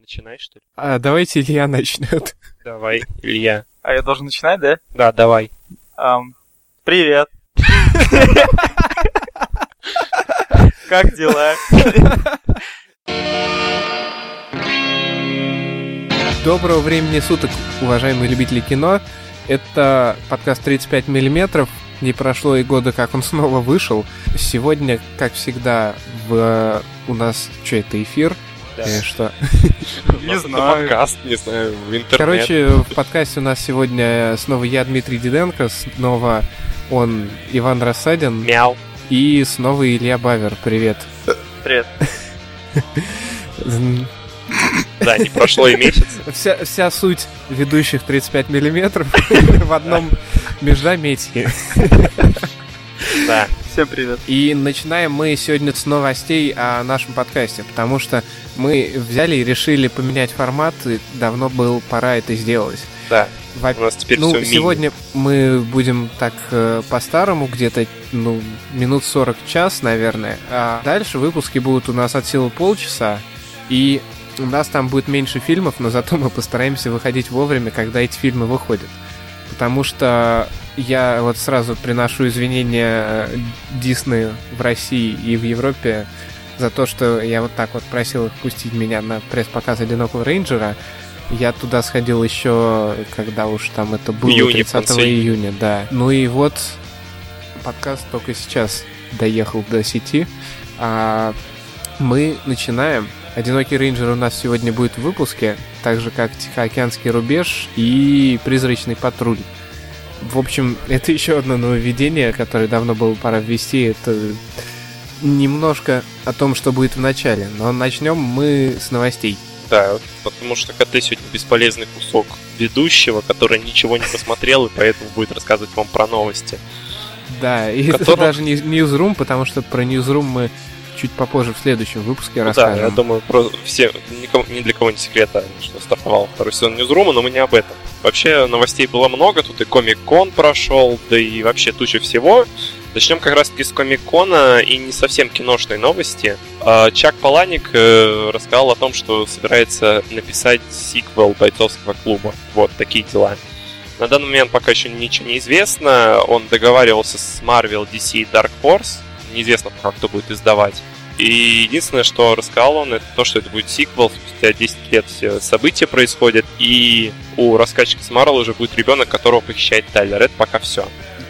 Начинай, что ли? Давайте Илья начнет. Давай, Илья. А я должен начинать, да? Да, давай. Привет. Как дела? Доброго времени суток, уважаемые любители кино. Это подкаст 35 миллиметров. Не прошло и года, как он снова вышел. Сегодня, как всегда, у нас... Что это, эфир? Да. Что? Не знаю. Подкаст, не знаю, в интернет. Короче, в подкасте у нас сегодня снова я, Дмитрий Диденко, снова он, Иван Рассадин. Мяу. И снова Илья Бавер. Привет. Привет. Да, не прошло и месяц. Вся суть ведущих 35 миллиметров в одном междометии. Да. Всем привет. И начинаем мы сегодня с новостей о нашем подкасте, потому что мы взяли и решили поменять формат, и давно было пора это сделать. Да. У нас теперь все сегодня мы будем так по-старому, где-то минут 40 час, наверное. А дальше выпуски будут у нас от силы полчаса, и у нас там будет меньше фильмов, но зато мы постараемся выходить вовремя, когда эти фильмы выходят. Потому что я вот сразу приношу извинения Диснею в России и в Европе за то, что я вот так вот просил их пустить меня на пресс-показ «Одинокого рейнджера». Я туда сходил еще, когда уж там это было, 30 июня, да. Ну и вот подкаст только сейчас доехал до сети. А мы начинаем. «Одинокий рейнджер» у нас сегодня будет в выпуске, так же как «Тихоокеанский рубеж» и «Призрачный патруль». В общем, это еще одно нововведение, которое давно было пора ввести. Это немножко о том, что будет в начале. Но начнем мы с новостей. Да, потому что ты сегодня бесполезный кусок ведущего, который ничего не посмотрел, и поэтому будет рассказывать вам про новости. Да, и это даже не Newsroom, потому что про Newsroom мы чуть попозже в следующем выпуске расскажем. Да, я думаю, ни для кого не секрет, что стартовал второй сезон Newsroom, но мы не об этом. Вообще новостей было много, тут и Комик-кон прошел, да и вообще туча всего. Начнем как раз-таки с Комик-кона и не совсем киношной новости. Чак Паланик рассказал о том, что собирается написать сиквел «Бойцовского клуба». Вот такие дела. На данный момент пока еще ничего не известно. Он договаривался с Marvel, DC и Dark Horse. Неизвестно пока, кто будет издавать. И единственное, что рассказал он, это то, что это будет сиквел. Спустя 10 лет все события происходят. И у рассказчика с Marvel уже будет ребенок, которого похищает Тайлер. Это пока все.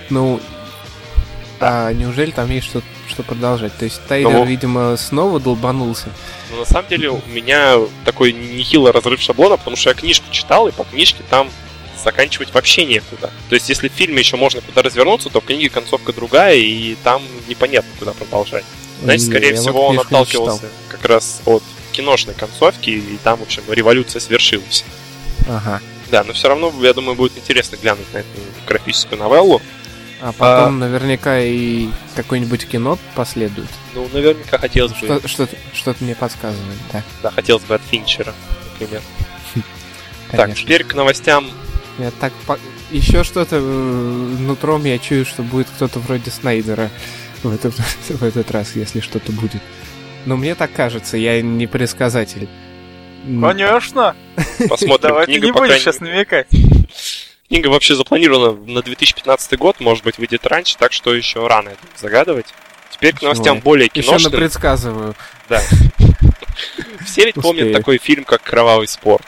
А неужели там есть что продолжать? То есть Тайлер, видимо, снова долбанулся? Ну, на самом деле, у меня такой нехилый разрыв шаблона, потому что я книжку читал, и по книжке там заканчивать вообще некуда. То есть, если в фильме еще можно куда развернуться, то в книге концовка другая, и там непонятно, куда продолжать. Значит, скорее всего, он отталкивался как раз от киношной концовки, и там, в общем, революция свершилась. Ага. Да, но все равно, я думаю, будет интересно глянуть на эту графическую новеллу. А потом наверняка и какое-нибудь кино последует. Ну, наверняка хотелось бы. Что-то мне подсказывает, да. Да, хотелось бы от Финчера, например. Конечно. Так, теперь к новостям. Я так еще что-то нутром я чую, что будет кто-то вроде Снайдера в этот раз, если что-то будет. Но мне так кажется, я не предсказатель. Конечно! Посмотрим. Давай ты не будешь сейчас намекать. Книга вообще запланирована на 2015 год, может быть, выйдет раньше, так что еще рано это загадывать. Теперь к новостям более киношным. Еще напредсказываю. Да. Все ведь помнят такой фильм, как «Кровавый спорт».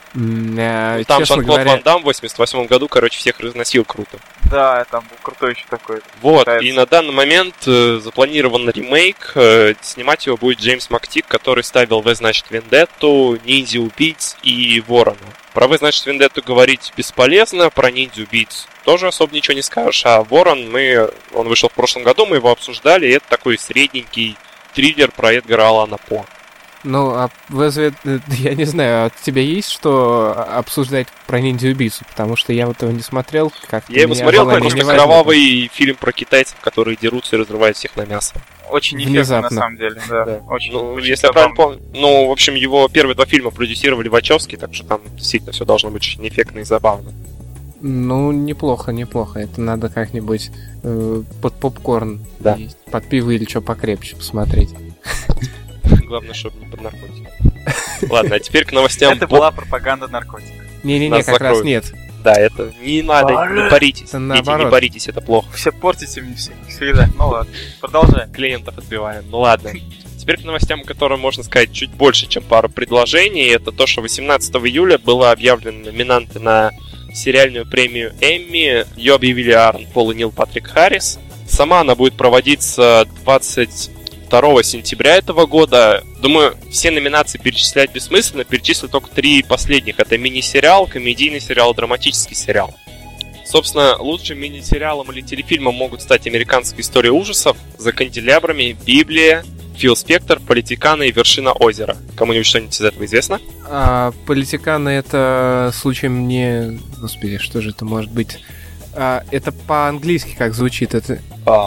Там Жан-Клод Ван Дамм в 88 году, всех разносил круто. Да, там был крутой еще такой. Вот, и на данный момент запланирован ремейк. Снимать его будет Джеймс Мактик, который ставил «В, значит, Вендетту», «Ниндзя-убийц» и «Ворона». Про «В, значит, Вендетту» говорить бесполезно, про «Ниндзя-убийц» тоже особо ничего не скажешь, а «Ворон» он вышел в прошлом году, мы его обсуждали, и это такой средненький триллер про Эдгара Аллана По. Ну, я не знаю, от тебя есть что обсуждать про ниндзя-убийцу? Потому что я вот его не смотрел. Я его смотрел, потому что кровавый фильм про китайцев, которые дерутся и разрывают всех на мясо. Очень эффектно, на самом деле, да. Очень если я правильно помню. В общем, его первые два фильма продюсировали Вачовски, так что там действительно все должно быть очень эффектно и забавно. Ну, неплохо. Это надо как-нибудь под попкорн, есть, под пиво или что покрепче посмотреть. Главное, чтобы не под наркотики. Ладно, а теперь к новостям. Это была пропаганда наркотиков. Не-не-не, как раз нет. Да, это не надо, не паритесь. Это наоборот. Не паритесь, это плохо. Все портите мне всегда. Ну ладно, продолжаем. Клиентов отбиваем. Ну ладно. Теперь к новостям, которым можно сказать чуть больше, чем пару предложений. Это то, что 18 июля было объявлено номинанты на сериальную премию Эмми. Ее объявили Аарон Пол и Нил Патрик Харрис. Сама она будет проводиться 22 сентября этого года. Думаю, все номинации перечислять бессмысленно. Перечислю только 3 последних. Это мини-сериал, комедийный сериал, драматический сериал. Собственно, лучшим мини-сериалом или телефильмом могут стать «Американская история ужасов», «За канделябрами», «Библия», «Фил Спектор», «Политиканы» и «Вершина озера». Кому-нибудь что-нибудь из этого известно? «Политиканы» — это случаем не... Господи, что же это может быть? Это по-английски как звучит? Это...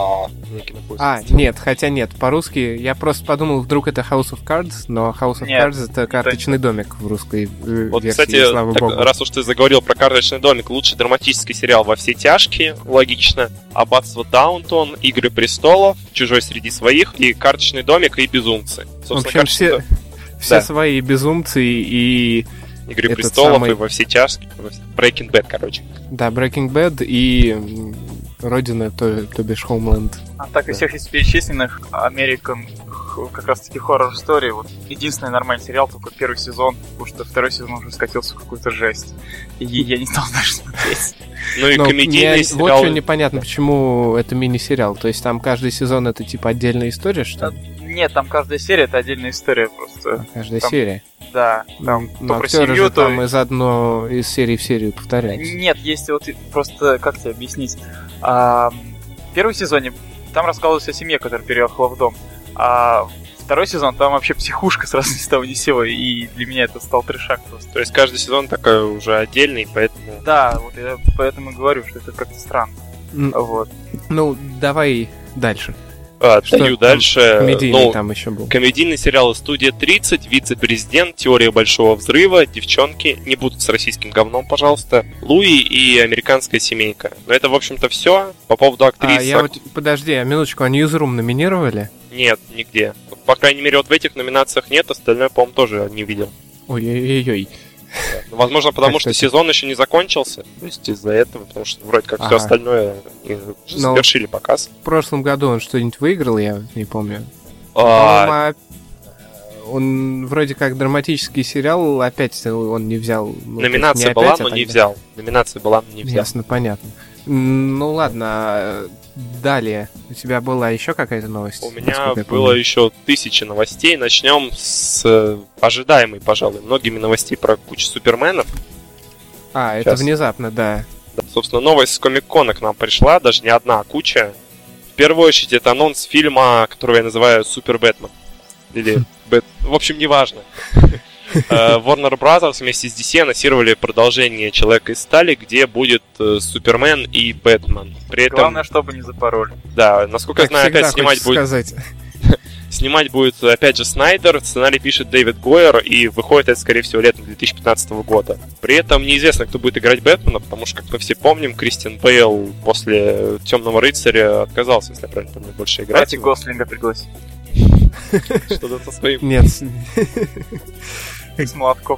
нет, хотя нет, по-русски. Я просто подумал, вдруг это House of Cards, но House of Cards — это «Карточный домик» в русской вот, версии, кстати, слава богу. Раз уж ты заговорил про «Карточный домик», лучший драматический сериал «Во все тяжкие», логично, «Аббатство Даунтон», «Игры престолов», «Чужой среди своих» и «Карточный домик» и «Безумцы». Собственно, в общем, все свои «Безумцы» и... «Игры престолов» и «Во все тяжкие». Breaking Bad, короче. Да, Breaking Bad и Родина, то бишь Homeland. А так, из всех из перечисленных American как раз-таки хоррор истории, вот единственный нормальный сериал, только первый сезон, потому что второй сезон уже скатился в какую-то жесть. И я не стал даже смотреть. Ну и комедийный сериал... Вот что непонятно, почему это мини-сериал. То есть там каждый сезон это типа отдельная история, что ли? Нет, там каждая серия это отдельная история просто. Каждая серия? Да. Там то про семью, то... там из серии в серию повторяется. Нет, есть вот просто, как тебе объяснить? В первом сезоне там рассказывалось о семье, которая переехала в дом. А второй сезон там вообще психушка сразу ни с того ни с сего, и для меня это стал трешак просто. То есть каждый сезон такой уже отдельный, поэтому... Да, вот я поэтому и говорю, что это как-то странно. Вот. Ну, давай дальше. Даю дальше. Комедийный там еще был. Комедийный сериал «Студия 30», «Вице-президент», «Теория большого взрыва», «Девчонки», не будут с российским говном, пожалуйста, «Луи» и «Американская семейка». Но это, в общем-то, все. По поводу актрис... Подожди, минуточку, а «Ньюзрум» номинировали? Нет, нигде. По крайней мере, вот в этих номинациях нет, остальное, по-моему, тоже не видел. Ой-ой-ой. Возможно, потому что сезон еще не закончился. То есть из-за этого, потому что вроде как все остальное завершили показ. В прошлом году он что-нибудь выиграл, я не помню. По-моему, он вроде как драматический сериал, опять он не взял. Номинация была, но не взял. Номинация была, но не взял. Ясно, понятно. Ну ладно, далее. У тебя была еще какая-то новость? У меня было еще 1000 новостей. Начнем с ожидаемой, пожалуй, многими новостей про кучу суперменов. Это внезапно, да. Собственно, новость с Комик-Кона к нам пришла, даже не одна, а куча. В первую очередь, это анонс фильма, которого я называю Супер Бэтмен. Или в общем, неважно. Warner Brothers вместе с DC анонсировали продолжение «Человека из стали», где будет Супермен и Бэтмен. При этом... Главное, чтобы не запороли. Да, насколько я знаю, опять снимать будет... Снимать будет, опять же, Снайдер, сценарий пишет Дэвид Гойер, и выходит это, скорее всего, летом 2015 года. При этом неизвестно, кто будет играть Бэтмена, потому что, как мы все помним, Кристиан Бейл после «Темного рыцаря» отказался, если я правильно помню, больше играть. Давайте Гослинга пригласить. Что-то со своим... Нет. С молотков.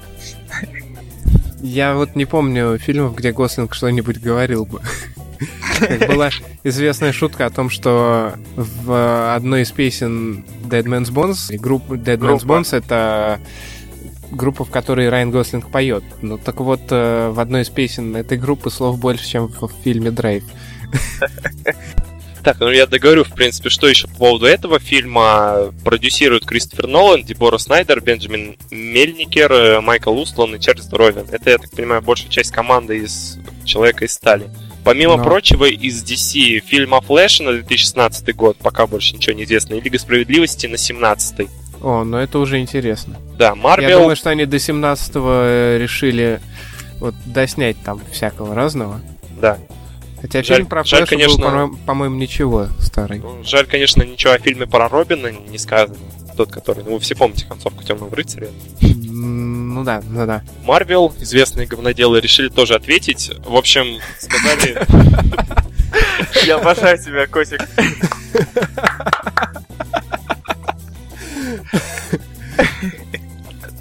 Я вот не помню фильмов, где Гослинг что-нибудь говорил бы. Как была известная шутка о том, что в одной из песен Dead Man's Bones, группа Dead Man's Bones — это группа, в которой Райан Гослинг поет. Ну так вот, в одной из песен этой группы слов больше, чем в фильме «Драйв». Так, ну я договорю, в принципе, что еще по поводу этого фильма. Продюсируют Кристофер Нолан, Дебора Снайдер, Бенджамин Мельникер, Майкл Устлан и Чарльз Ровен. Это, я так понимаю, большая часть команды из «Человека из стали». Помимо прочего, из DC фильма «Флэш» на 2016 год, пока больше ничего не известно, и «Лига справедливости» на 17-й. О, ну это уже интересно. Да, Марвел... Я думаю, что они до 17-го решили вот доснять там всякого разного. Да. Хотя фильм про Флэша конечно... был, по-моему, ничего старый. Жаль, конечно, ничего о фильме про Робина не сказано. Тот, который... Ну, вы все помните концовку «Темного рыцаря». Ну да. Марвел, известные говноделы, решили тоже ответить. В общем, сказали... Я обожаю тебя, котик.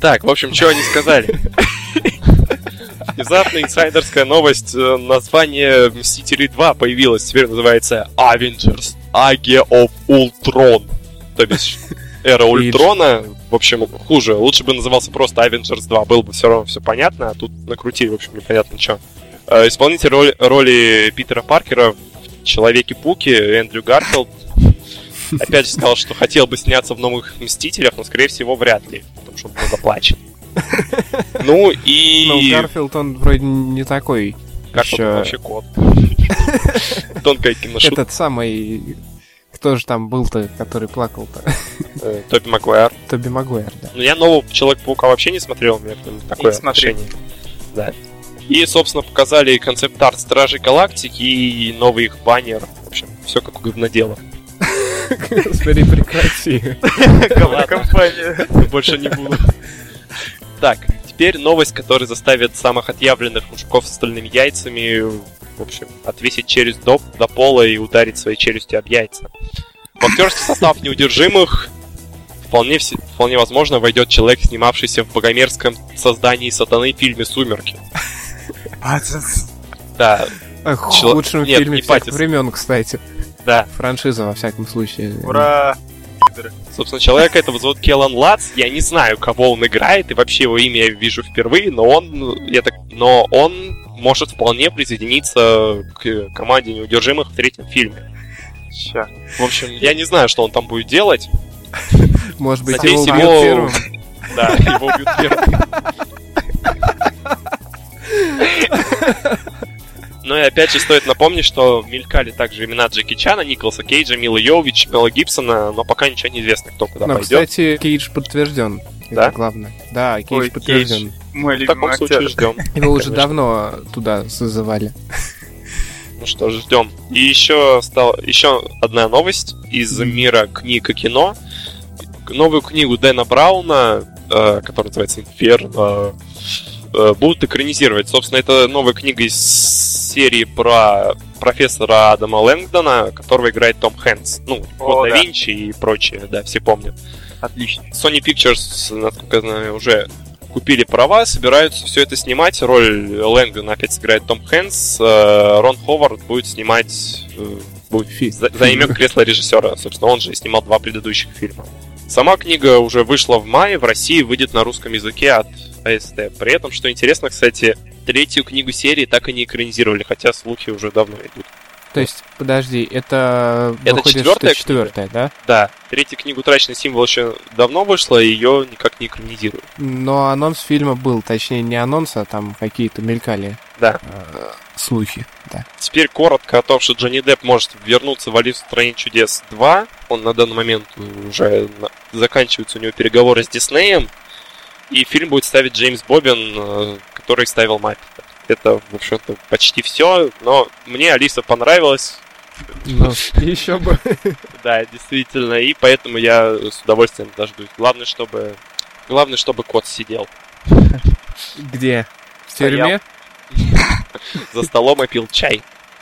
Так, в общем, что они сказали? Внезапно инсайдерская новость. Название Мстителей 2 появилось. Теперь называется Avengers Age of Ultron. То бишь, эра Ультрона. В общем, хуже. Лучше бы назывался просто Avengers 2. Было бы все равно все понятно. А тут накрутили, в общем, непонятно что. Исполнитель роли Питера Паркера в Человеке-пауке Эндрю Гарфилд опять же сказал, что хотел бы сняться в новых Мстителях, но, скорее всего, вряд ли. Потому что он был заплачен. Ну и... Ну, Гарфилд, он вроде не такой. Гарфилд вообще кот. Тонкая киношутка. Этот самый... Кто же там был-то, который плакал-то? Тоби Магуайр. Тоби Магуайр, да. Ну, я нового Человека-паука вообще не смотрел, у меня к нему такое отношение. Да. И, собственно, показали концепт-арт Стражей Галактики и новый их баннер. В общем, все как у говноделов. Господи, прекрати. Компания. Больше не буду. Так, теперь новость, которая заставит самых отъявленных мужиков с остальными яйцами, в общем, отвесить челюсть до пола и ударить своей челюстью об яйца. В актерский состав «Неудержимых» вполне возможно войдет человек, снимавшийся в богомерзком создании сатаны в фильме «Сумерки». Да. Лучшем фильме всех времен, кстати. Да. Франшиза, во всяком случае. Ура! Собственно, человека этого зовут Келлан Латц. Я не знаю, кого он играет, и вообще его имя я вижу впервые, но он может вполне присоединиться к команде «Неудержимых» в третьем фильме. Ща. В общем, я не знаю, что он там будет делать. Может быть, его убьют первым. Да, его убьют первым. Ну и опять же стоит напомнить, что мелькали также имена Джеки Чана, Николаса Кейджа, Милы Йовович, Мела Гибсона, но пока ничего не известно, кто куда пойдет. Кстати, Кейдж подтвержден. Да? Это главное. Да, Кейдж подтвержден. Мой В таком случае ждем. Его уже давно туда созывали. Ну что ж, ждем. И еще одна новость из мира книг и кино. Новую книгу Дэна Брауна, которая называется «Инферно», будут экранизировать. Собственно, это новая книга из серии про профессора Адама Лэнгдона, которого играет Том Хэнкс. Ну, Код да Винчи и прочее, да, все помнят. Отлично. Sony Pictures, насколько я знаю, уже купили права, собираются все это снимать. Роль Лэнгдона опять сыграет Том Хэнкс. Рон Ховард будет снимать... займет кресло режиссера. Собственно, он же снимал 2 предыдущих фильма. Сама книга уже вышла в мае, в России выйдет на русском языке от АСТ. При этом, что интересно, кстати, 3-ю книгу серии так и не экранизировали, хотя слухи уже давно идут. То есть, подожди, это выходит, 4-я, да? Да. 3-я книга «Утраченный символ» еще давно вышла, и ее никак не экранизируют. Но анонс фильма был, точнее, не анонс, а там какие-то мелькали слухи. Да. Теперь коротко о том, что Джонни Депп может вернуться в «Алису в стране чудес 2». Он на данный момент уже заканчиваются у него переговоры с Диснеем. И фильм будет ставить Джеймс Бобин, который ставил «Маппетов». Это, в общем-то, почти все, но мне Алиса понравилась. Ну, еще бы. Да, действительно, и поэтому я с удовольствием дождусь. Главное, чтобы кот сидел. Где? В тюрьме? За столом и пил чай.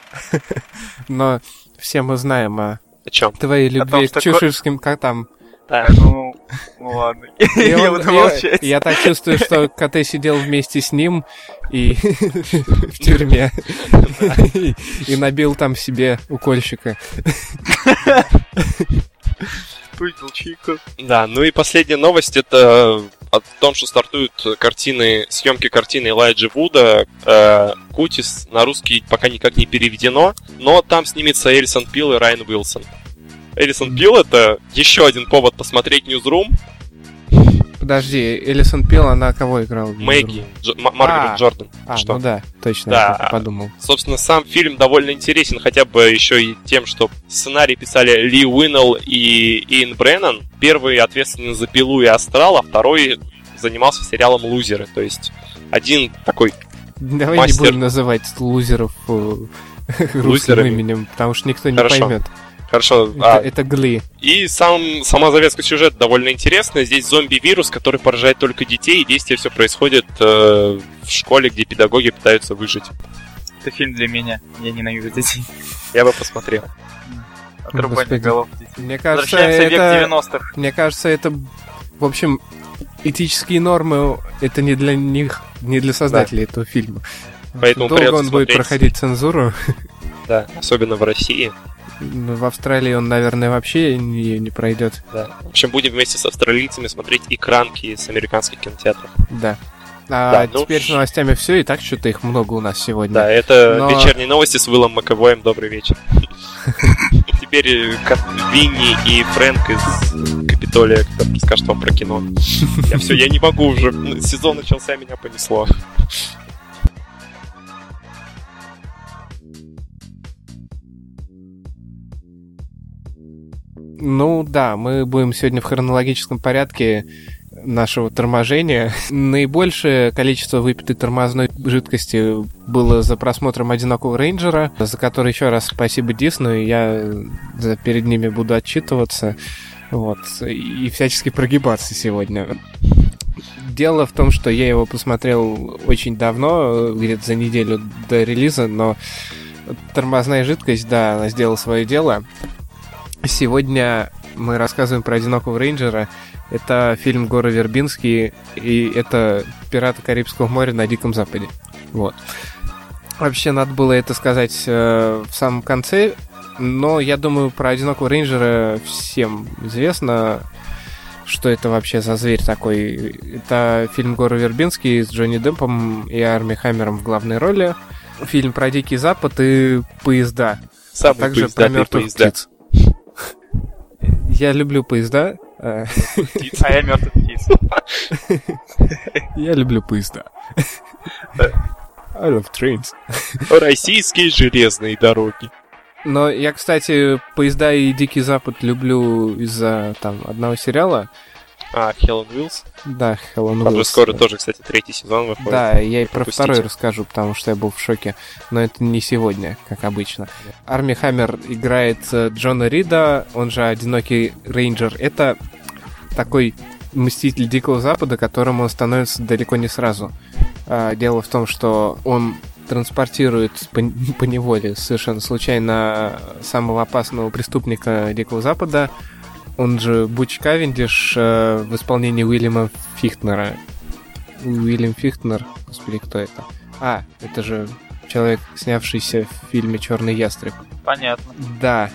Но все мы знаем о чем? Твоей любви к чеширским котам. Да. Ну ладно. Я буду молчать. Я так чувствую, что КТ сидел вместе с ним и в тюрьме. И набил там себе укольщика. Выпил чайку. Да, ну и последняя новость — это о том, что стартуют съемки картины Элайджи Вуда. «Кутис» на русский пока никак не переведено, но там снимется Элисон Пил и Райан Уилсон. Элисон Пил — это еще один повод посмотреть Newsroom. Подожди, Элисон Пил, она кого играла? Мэгги, Маргарет Джордан. Что? Ну да, точно, да, я подумал. Собственно, сам фильм довольно интересен, хотя бы еще и тем, что сценарий писали Ли Уиннелл и Иэн Бреннан. Первый ответственен за «Пилу» и «Астрал», а второй занимался сериалом «Лузеры». То есть один такой Давай мастер... не будем называть лузеров русским именем, потому что никто не поймет. Хорошо. Это Гли. И сама завязка сюжета довольно интересная. Здесь зомби-вирус, который поражает только детей, и действие все происходит в школе, где педагоги пытаются выжить. Это фильм для меня. Я ненавижу детей. Я бы посмотрел. Отрубание голов детей. Мне кажется, Возвращаемся в век 90-х. Мне кажется, это В общем, этические нормы — это не для них, не для создателей этого фильма. Поэтому долго он будет смотреть. проходить цензуру. Да, особенно в России. В Австралии он, наверное, вообще не пройдет. Да. В общем, будем вместе с австралийцами смотреть экранки с американских кинотеатров. Да. Да, ну, теперь с новостями все, и так что-то их много у нас сегодня. Да, это вечерние новости с Уиллом Маковоем. Добрый вечер. Теперь Винни и Фрэнк из Капитолия расскажут вам про кино. Я не могу уже. Сезон начался, меня понесло. Ну да, мы будем сегодня в хронологическом порядке нашего торможения. Наибольшее количество выпитой тормозной жидкости было за просмотром «Одинокого рейнджера», за который еще раз спасибо Диснею, я перед ними буду отчитываться, вот, и всячески прогибаться сегодня. Дело в том, что я его посмотрел очень давно, где-то за неделю до релиза, но тормозная жидкость, да, она сделала свое дело. Сегодня мы рассказываем про «Одинокого рейнджера». Это фильм Гора Вербински, и это «Пираты Карибского моря на Диком Западе». Вот. Вообще, надо было это сказать в самом конце, но я думаю, про «Одинокого рейнджера» всем известно, что это вообще за зверь такой. Это фильм Гора Вербински с Джонни Деппом и Арми Хаммером в главной роли. Фильм про Дикий Запад и поезда. А также про мертвых птиц. Я люблю поезда. А я мертвых птиц. Я люблю поезда. I love trains. Российские железные дороги. Но я, кстати, поезда и Дикий Запад люблю из-за там одного сериала. Хелен Уиллс? Да, Хелен Уиллс. Там же скоро тоже, кстати, 3-й сезон выходит. Да, я и про второй расскажу, потому что я был в шоке. Но это не сегодня, как обычно. Арми Хаммер играет Джона Рида, он же Одинокий рейнджер. Это такой мститель Дикого Запада, которым он становится далеко не сразу. Дело в том, что он транспортирует по неволе совершенно случайно самого опасного преступника Дикого Запада, он же Буч Кавендиш в исполнении Уильяма Фихтнера. Уильям Фихтнер, господи, кто это? Это же человек, снявшийся в фильме «Черный ястреб». Понятно. Да.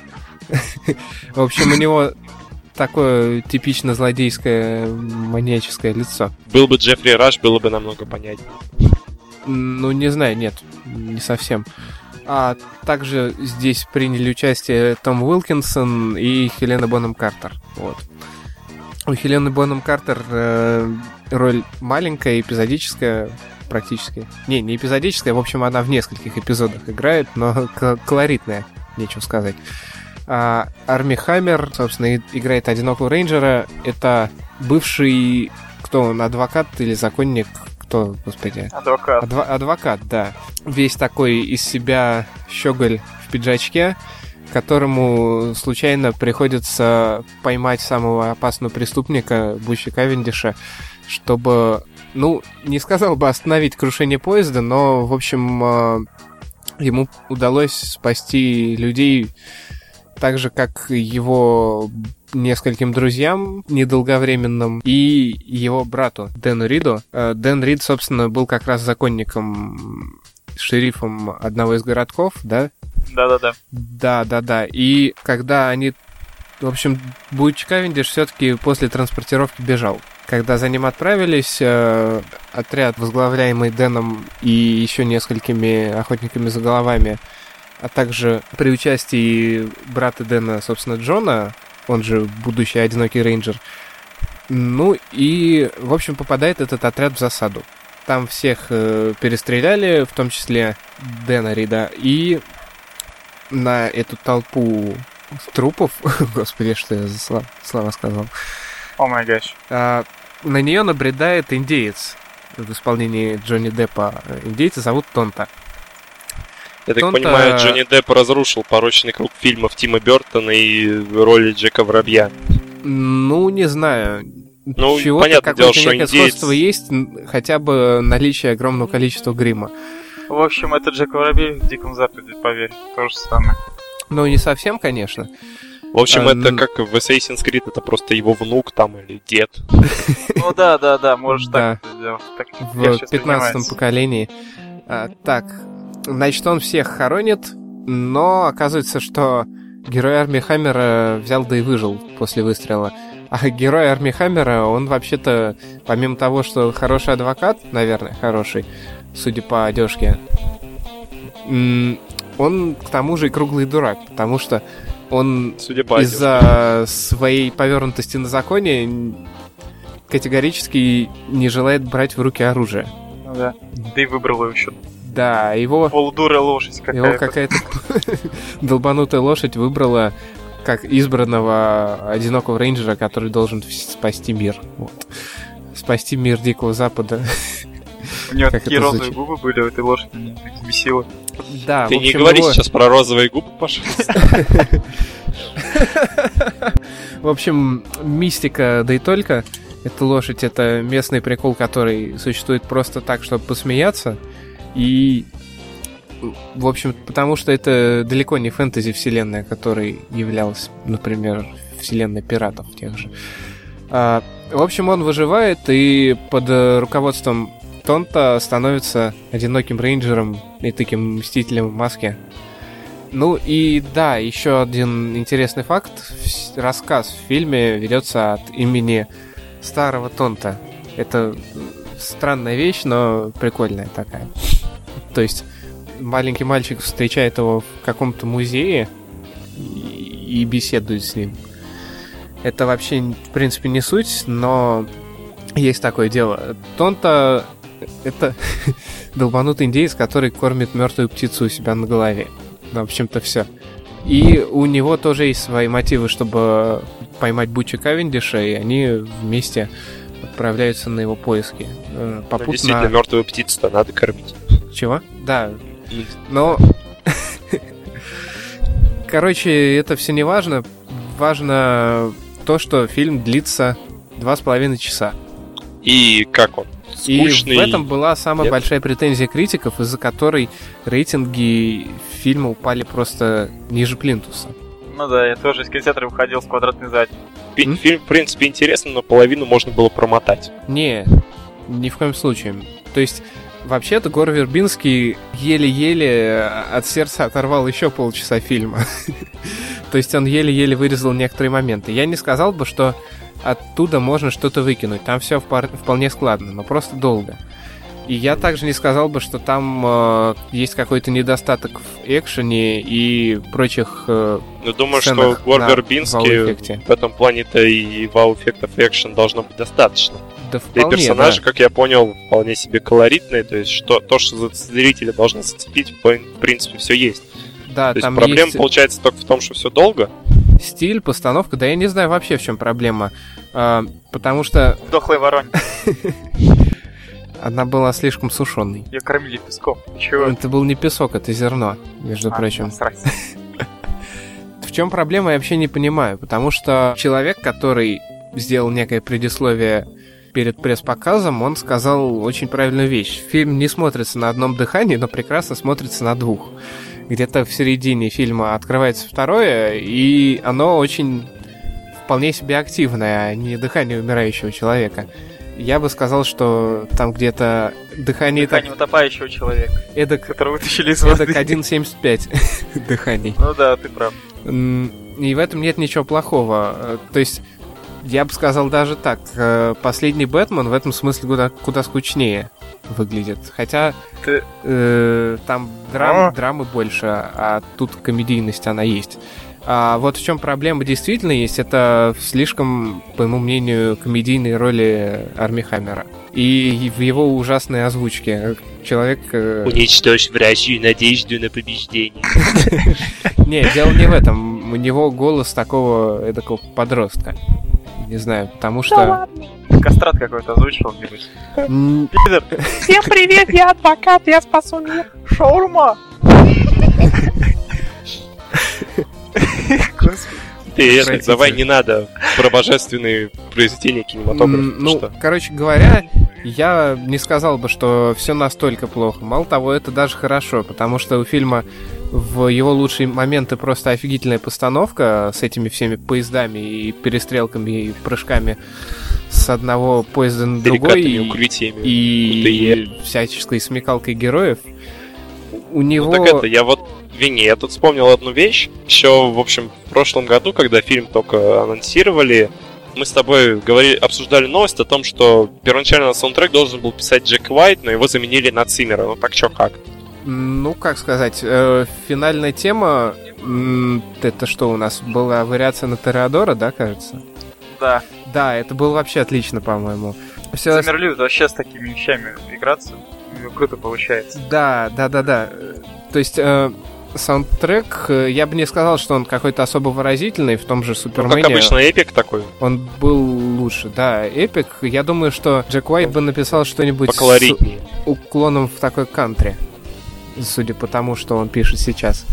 В общем, у него такое типично злодейское, маньяческое лицо. Был бы Джеффри Раш, было бы намного понятнее. Ну, не знаю, нет, не совсем. А также здесь приняли участие Том Уилкинсон и Хелена Бонем Картер. Вот. У Хелены Бонем Картер роль маленькая, эпизодическая практически. Не эпизодическая, в общем, она в нескольких эпизодах играет, но колоритная, нечего сказать. А Арми Хаммер, собственно, играет Одинокого рейнджера. Это бывший, кто он, адвокат или законник? Кто, господи? Адвокат. Адвокат, да. Весь такой из себя щеголь в пиджачке, которому случайно приходится поймать самого опасного преступника Буча Кавендиша, чтобы, не сказал бы остановить крушение поезда, но, в общем, ему удалось спасти людей так же, как его нескольким друзьям недолговременным и его брату Дэну Риду. Дэн Рид, собственно, был как раз законником, шерифом одного из городков, да? Да. Да. И когда они... В общем, Буч Кавендиш все-таки после транспортировки бежал. Когда за ним отправились, отряд, возглавляемый Дэном и еще несколькими охотниками за головами, а также при участии брата Дэна, собственно, Джона, он же будущий Одинокий рейнджер. И, в общем, попадает этот отряд в засаду. Там всех перестреляли, в том числе Дэна Рида, и на эту толпу трупов, господи, что я за слова сказал, О май гаш. на нее набредает индеец в исполнении Джонни Деппа. Индейца зовут Тонта. Я так понимаю, Джонни Депп разрушил порочный круг фильмов Тима Бёртона и роли Джека Воробья. Не знаю. Чего-то, понятное дело, что некое сходство есть, хотя бы наличие огромного количества грима. В общем, это Джек Воробей в Диком Западе, поверь, то же самое. Не совсем, конечно. В общем, это как в Assassin's Creed, это просто его внук там или дед. Ну да, можешь так сделать. В 15-м поколении. Так, значит, он всех хоронит, но оказывается, что герой Армии Хаммера взял да и выжил после выстрела. А герой Армии Хаммера, он вообще-то, помимо того, что хороший адвокат, наверное, хороший, судя по одежке, он к тому же и круглый дурак, потому что он из-за своей повернутости на законе категорически не желает брать в руки оружие. Ну да. Да и выбрал его еще. Да, его... Полудурая лошадь какая-то. Его какая-то долбанутая лошадь выбрала как избранного одинокого рейнджера, который должен спасти мир. Вот. Спасти мир Дикого Запада. У него такие розовые губы были у этой лошади, меня так бесило. Да, ты не говори сейчас про розовые губы, пожалуйста. В общем, мистика, да и только. Эта лошадь — это местный прикол, который существует просто так, чтобы посмеяться. И, в общем, потому что это далеко не фэнтези-вселенная, которой являлась, например, вселенная пиратов тех же. В общем, он выживает и под руководством Тонта становится одиноким рейнджером и таким мстителем в маске. Ну и да, еще один интересный факт. Рассказ в фильме ведется от имени старого Тонта. Это странная вещь, но прикольная такая. То есть маленький мальчик встречает его в каком-то музее и беседует с ним. Это вообще, в принципе, не суть, но есть такое дело. Тонта — это долбанутый индеец, который кормит мертвую птицу у себя на голове. В общем-то, все. И у него тоже есть свои мотивы, чтобы поймать Бутча Кавендиша, и они вместе отправляются на его поиски. Попутно... Действительно, мертвую птицу-то надо кормить. Чего? Да. Но... Короче, это все не важно. Важно то, что фильм длится 2,5 часа. И как он? Скучный. И в этом была самая большая претензия критиков, из-за которой рейтинги фильма упали просто ниже плинтуса. Ну да, я тоже из кинотеатра выходил с квадратной задней. Фильм, в принципе, интересный, но половину можно было промотать. Не, ни в коем случае. То есть, вообще-то, Гор Вербинский еле-еле от сердца оторвал еще полчаса фильма. То есть он еле-еле вырезал некоторые моменты. Я не сказал бы, что оттуда можно что-то выкинуть. Там все вполне складно, но просто долго. И я также не сказал бы, что там есть какой-то недостаток в экшене и прочих думаю, что Гор Вербинский в этом плане-то и вау-эффектов экшен должно быть достаточно. Да вполне, и персонажи, как я понял, вполне себе колоритные. То есть то, что зрителя должно зацепить, в принципе, все есть. Да, то там есть проблема есть... получается только в том, что все долго. Стиль, постановка, да я не знаю вообще в чем проблема. Потому что... Дохлой вороне. Она была слишком сушеной. Ее кормили песком. Чего? Это был не песок, это зерно, между прочим. В чем проблема, я вообще не понимаю. Потому что человек, который сделал некое предисловие перед пресс-показом, он сказал очень правильную вещь. Фильм не смотрится на одном дыхании, но прекрасно смотрится на двух. Где-то в середине фильма открывается второе, и оно очень вполне себе активное, а не дыхание умирающего человека. Я бы сказал, что там где-то дыхание утопающего человека, которого вытащили из воды. Эдак 1,75 дыханий. Ну да, ты прав. И в этом нет ничего плохого. То есть, я бы сказал даже так, последний Бэтмен в этом смысле куда скучнее выглядит. Хотя там драмы больше, а тут комедийность она есть. А вот в чем проблема действительно есть, это в слишком, по моему мнению, комедийной роли Армии Хаммера. И в его ужасной озвучке. Человек... Уничтожь вражью надежду на побеждение. Не, дело не в этом. У него голос такого подростка. Не знаю, потому что... Кастрат какой-то озвучивал, небось. Пидор! Всем привет, я адвокат, я спасу мир. Шаурма! Давай не надо про божественные произведения кинематографа. Короче говоря, я не сказал бы, что все настолько плохо. Мало того, это даже хорошо, потому что у фильма В его лучшие моменты просто офигительная постановка с этими всеми поездами и перестрелками и прыжками с одного поезда на другой и всяческой смекалкой героев. У него... Ну так это, я тут вспомнил одну вещь. Еще, в общем, в прошлом году, когда фильм только анонсировали, мы с тобой обсуждали новость о том, что первоначально саундтрек должен был писать Джек Уайт, но его заменили на Циммера. Ну так чё, как? Ну, как сказать, финальная тема, это что у нас, была вариация на Тореадора, да, кажется? Да. Да, это было вообще отлично, по-моему. Циммер любит вообще с такими вещами играться, круто получается. Да. То есть... саундтрек, я бы не сказал, что он какой-то особо выразительный, в том же Супермене. Ну, как обычно, эпик такой. Он был лучше, да, эпик. Я думаю, что Джек Уайт бы написал что-нибудь поколоритнее, с уклоном в такой кантри, судя по тому, что он пишет сейчас.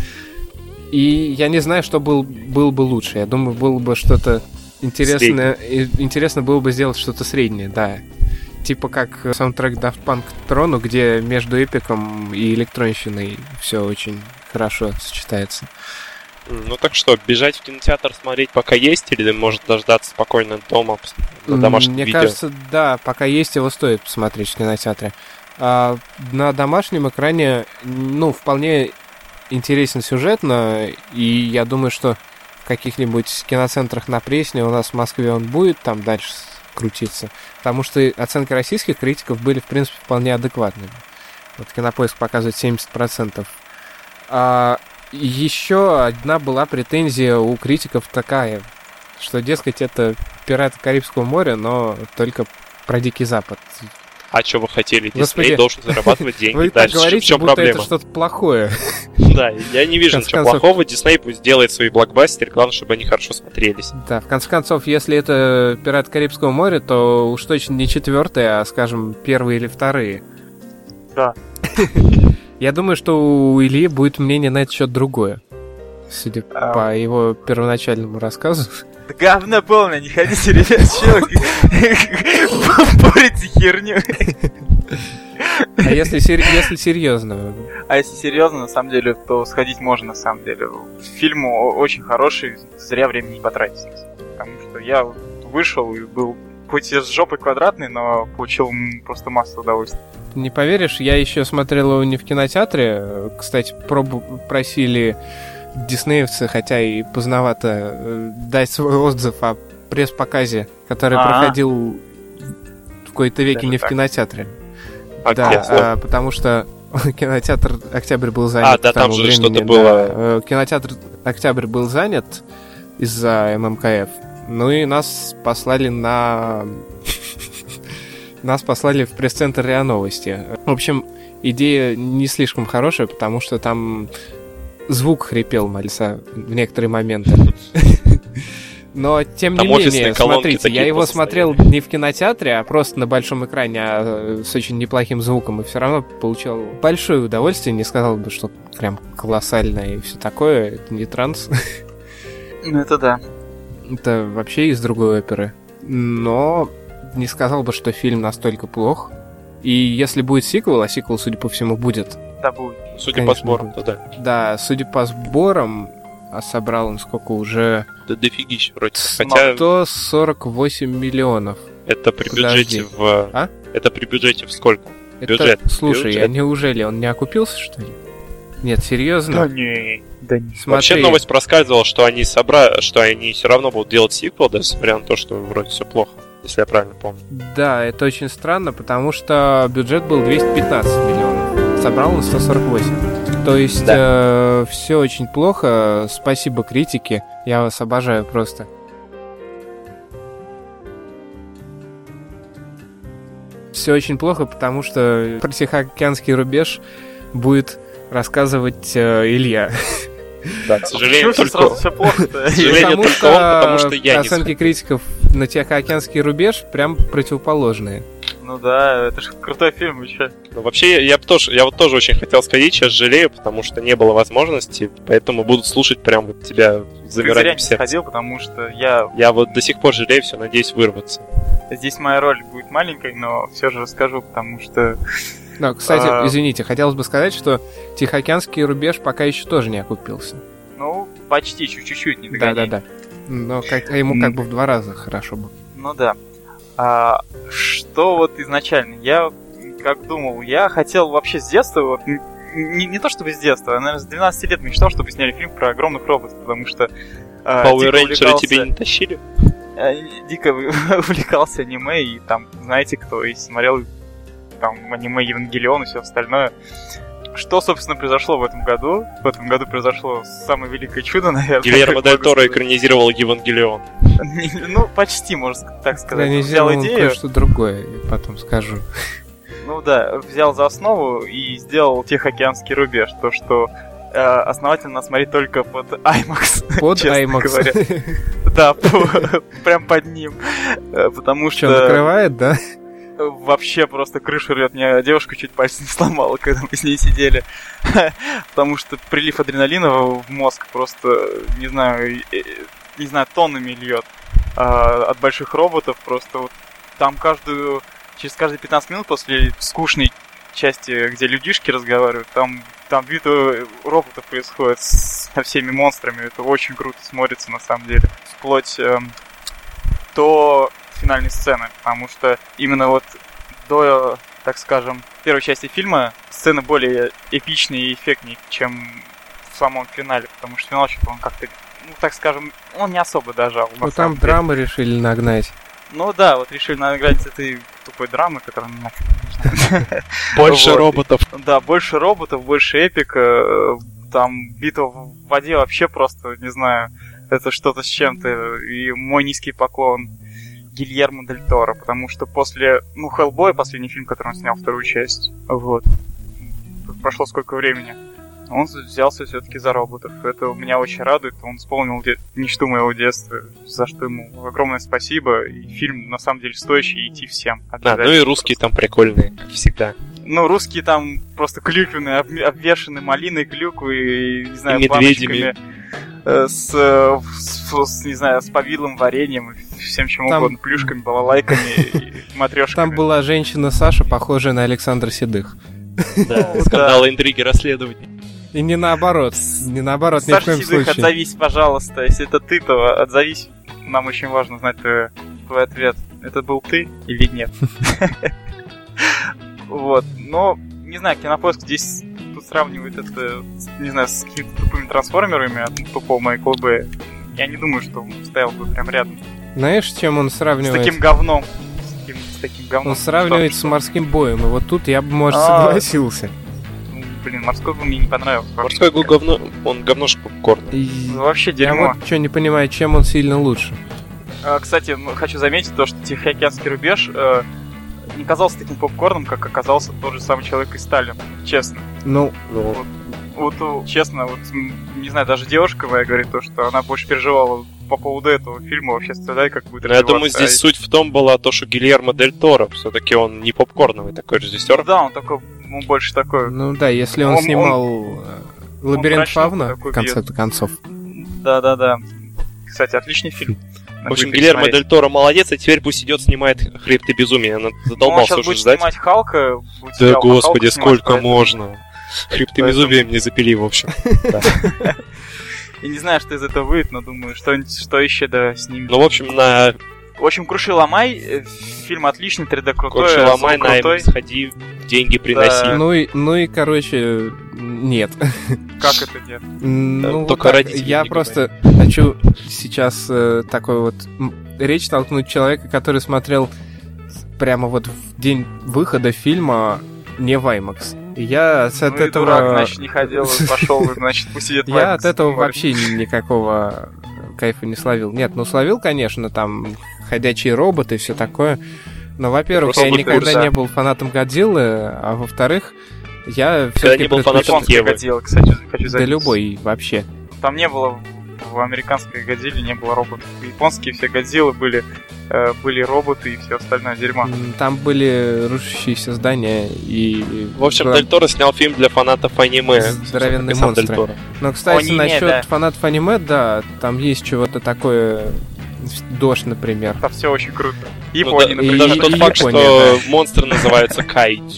И я не знаю, что был бы лучше. Я думаю, было бы что-то интересное. Интересно было бы сделать что-то среднее, да. Типа как саундтрек Daft Punk к Трону, где между эпиком и электронщиной все очень хорошо сочетается. Ну так что, бежать в кинотеатр смотреть пока есть, или может дождаться спокойно дома на домашнем видео? Мне кажется, да, пока есть, его стоит посмотреть в кинотеатре. А на домашнем экране, вполне интересен сюжетно, и я думаю, что в каких-нибудь киноцентрах на Пресне у нас в Москве он будет там дальше крутиться, потому что оценки российских критиков были, в принципе, вполне адекватными. Вот Кинопоиск показывает 70%. А еще одна была претензия у критиков такая, что, дескать, это «Пираты Карибского моря», но только про Дикий Запад. А что вы хотели? Господи, Дисней должен зарабатывать деньги. Вы так говорите, будто это что-то плохое. Да, я не вижу ничего плохого. Дисней пусть делает свои блокбастеры, главное, чтобы они хорошо смотрелись. Да, в конце концов, если это «Пираты Карибского моря», то уж точно не 4-е, а, скажем, 1-е или 2-е. Да. Я думаю, что у Ильи будет мнение на этот счет другое, судя по его первоначальному рассказу. Да говно полное, не ходите, ребят, чё порите херню. А если серьезно? А если серьезно, на самом деле, то сходить можно, на самом деле. Фильм очень хороший, зря времени не потратить. Потому что я вышел и был хоть и с жопой квадратный, но получил просто массу удовольствия. Не поверишь, я еще смотрел его не в кинотеатре. Кстати, просили диснеевцы, хотя и поздновато, дать свой отзыв о пресс-показе, который проходил в кои-то веки не в кинотеатре. Да, потому что кинотеатр «Октябрь» был занят. Да, там же что-то было. Кинотеатр «Октябрь» был занят из-за ММКФ. Ну и нас послали в пресс-центр РИА Новости. В общем, идея не слишком хорошая, потому что там звук хрипел мальца в некоторые моменты. Но, тем не менее, смотрите, я его смотрел не в кинотеатре, а просто на большом экране, с очень неплохим звуком, и все равно получал большое удовольствие. Не сказал бы, что прям колоссальное и все такое. Это не транс. Ну, это да. Это вообще из другой оперы. Но не сказал бы, что фильм настолько плох. И если будет сиквел, а сиквел, судя по всему, будет. Да, будет. Судя конечно, по сборам, то да. Да, судя по сборам, а собрал он сколько уже? Да дофигища вроде. Хотя... 148 миллионов. Это при бюджете в... А? Это при бюджете в сколько? Это... Бюджет. Слушай, бюджет. А неужели он не окупился, что ли? Нет, серьезно? Да не. Смотри. Вообще новость проскальзывала, что они что они все равно будут делать сиквел, даже несмотря на то, что вроде все плохо, если я правильно помню. Да, это очень странно, потому что бюджет был 215 миллионов. Собрал он 148. То есть да. Все очень плохо. Спасибо критике. Я вас обожаю просто. Все очень плохо, потому что про Тихоокеанский рубеж будет рассказывать Илья. Да, к сожалению, только... сразу все плохо-то? К сожалению, только он, потому что я не оценки критиков на Тихоокеанский рубеж прям противоположные. Ну да, это же крутой фильм, вы чё? Ну, вообще, я вот тоже очень хотел сходить, сейчас жалею, потому что не было возможности, поэтому буду слушать прям вот тебя замиранием сердца. Я сходил, потому что я... Я вот до сих пор жалею, все, надеюсь вырваться. Здесь моя роль будет маленькой, но все же расскажу, потому что... Но, кстати, извините, хотелось бы сказать, что Тихоокеанский рубеж пока еще тоже не окупился. Ну, почти, чуть-чуть не догоняй. Да. Но ему как бы в 2 раза хорошо было. Ну да. Что вот изначально? Я как думал, я хотел вообще с детства, вот, не то чтобы с детства, а, наверное, с 12 лет мечтал, чтобы сняли фильм про огромных роботов, потому что... Power Rangers тебе не тащили? Дико увлекался аниме, и там, знаете, кто и смотрел там аниме Евангелион и все остальное. Что, собственно, произошло в этом году? В этом году произошло самое великое чудо, наверное. Гильермо Дель Торо экранизировал Евангелион. Ну, почти, можно так сказать. Взял идею, кое-что другое, я потом скажу. Ну да, взял за основу и сделал Тихоокеанский рубеж. То, что основательно смотреть только под IMAX. Под IMAX. Говоря. Да, прям под ним. Потому что... Что, накрывает, да? Вообще просто крышу рвет. Мне девушка чуть пальцы не сломала, когда мы с ней сидели. Потому что прилив адреналина в мозг просто, не знаю, тоннами льет. От больших роботов просто вот там через каждые 15 минут после скучной части, где людишки разговаривают, там битва роботов происходит со всеми монстрами. Это очень круто смотрится на самом деле. Вплоть до финальной сцены, потому что именно вот до, так скажем, первой части фильма сцены более эпичнее и эффектнее, чем в самом финале, потому что финал он как-то, ну, так скажем, он не особо дожал. Ну, там драмы решили нагнать. Ну да, вот решили нагнать этой тупой драмы, которая больше роботов. Да, больше роботов, больше эпика. Там битва в воде вообще просто, не знаю, это что-то с чем-то. И мой низкий поклон Гильермо Дель Торо, потому что после, Хеллбой, последний фильм, который он снял, 2-ю часть, вот, прошло сколько времени, он взялся все-таки за роботов. Это меня очень радует, он вспомнил мечту моего детства, за что ему огромное спасибо, и фильм, на самом деле, стоящий идти всем. Да, ну и русские там прикольные, как всегда. Ну, русские там просто клюквенные, обвешаны малиной, клюквой, не знаю, и медведями. Не знаю, с повидлым вареньем, всем чем угодно, плюшками, балалайками и матрешками. Там была женщина Саша, похожая на Александра Седых. Да, скандалы, интриги, расследования. И не наоборот, ни в коем случае. Саша Седых, отзовись, пожалуйста, если это ты, то отзовись. Нам очень важно знать твой ответ. Это был ты или нет? Вот, но, не знаю, Кинопоиск здесь тут сравнивает это, не знаю, с какими-то тупыми трансформерами от тупого Майкла Бэя. Я не думаю, что он стоял бы прям рядом. Знаешь, с чем он сравнивает? С таким говном. С таким говном. Он сравнивает с морским боем, и вот тут я бы, может, согласился. Блин, морской бой мне не понравился. Морской бой говно, он говношка попкорный. Вообще дерьмо. Я вот что не понимаю, чем он сильно лучше. Кстати, хочу заметить то, что Тихоокеанский рубеж не казался таким попкорном, как оказался тот же самый Человек из Стали, честно. Вот, честно, вот, не знаю, даже девушка моя говорит то, что она больше переживала по поводу этого фильма, вообще страдает, как будет развиваться. Я думаю, здесь суть в том была то, что Гильермо Дель Торо, все-таки он не попкорновый такой режиссер. Ну, да, он такой, больше такой... Ну да, если он снимал «Лабиринт Фавна», в конце концов. Да. Кстати, отличный фильм. В общем, Гильермо Дель Торо молодец, и теперь пусть идет снимает «Хребты безумия». Она задолбался уже ждать. Снимать Халка. Да господи, сколько можно. «Хребты безумия» мне запили, в общем. Я не знаю, что из этого выйдет, но думаю, что еще да снимем. Ну, в общем, «Круши ломай», фильм отличный, 3D крутой. «Круши ломай», на IMAX сходи, деньги приноси. Да. Ну и, короче, нет. Как это нет? Ну, только родители. Я просто хочу сейчас такой вот речь толкнуть человека, который смотрел прямо вот в день выхода фильма не в IMAX. Я от этого... дурак, значит, не ходил, пошел, значит, пусть идет в IMAX. Я от этого вообще никакого кайфа не словил. Нет, словил, конечно, там ходячие роботы и все такое. Но, во-первых, я никогда не был фанатом Годзиллы, а во-вторых, я все-таки не был фанатом Годзиллы, кстати, хочу заметить. Да любой вообще. Там не было, в американской Годзилле не было роботов. Японские все Годзиллы были роботы и все остальное дерьмо. Там были рушащиеся здания и... В общем, Дель Торо снял фильм для фанатов аниме. Здоровенные монстры. Но, кстати, насчет фанатов аниме, да, там есть чего-то такое... Дождь, например. Это все очень круто. Япония, например. Даже тот факт, что монстры называются кайдзю.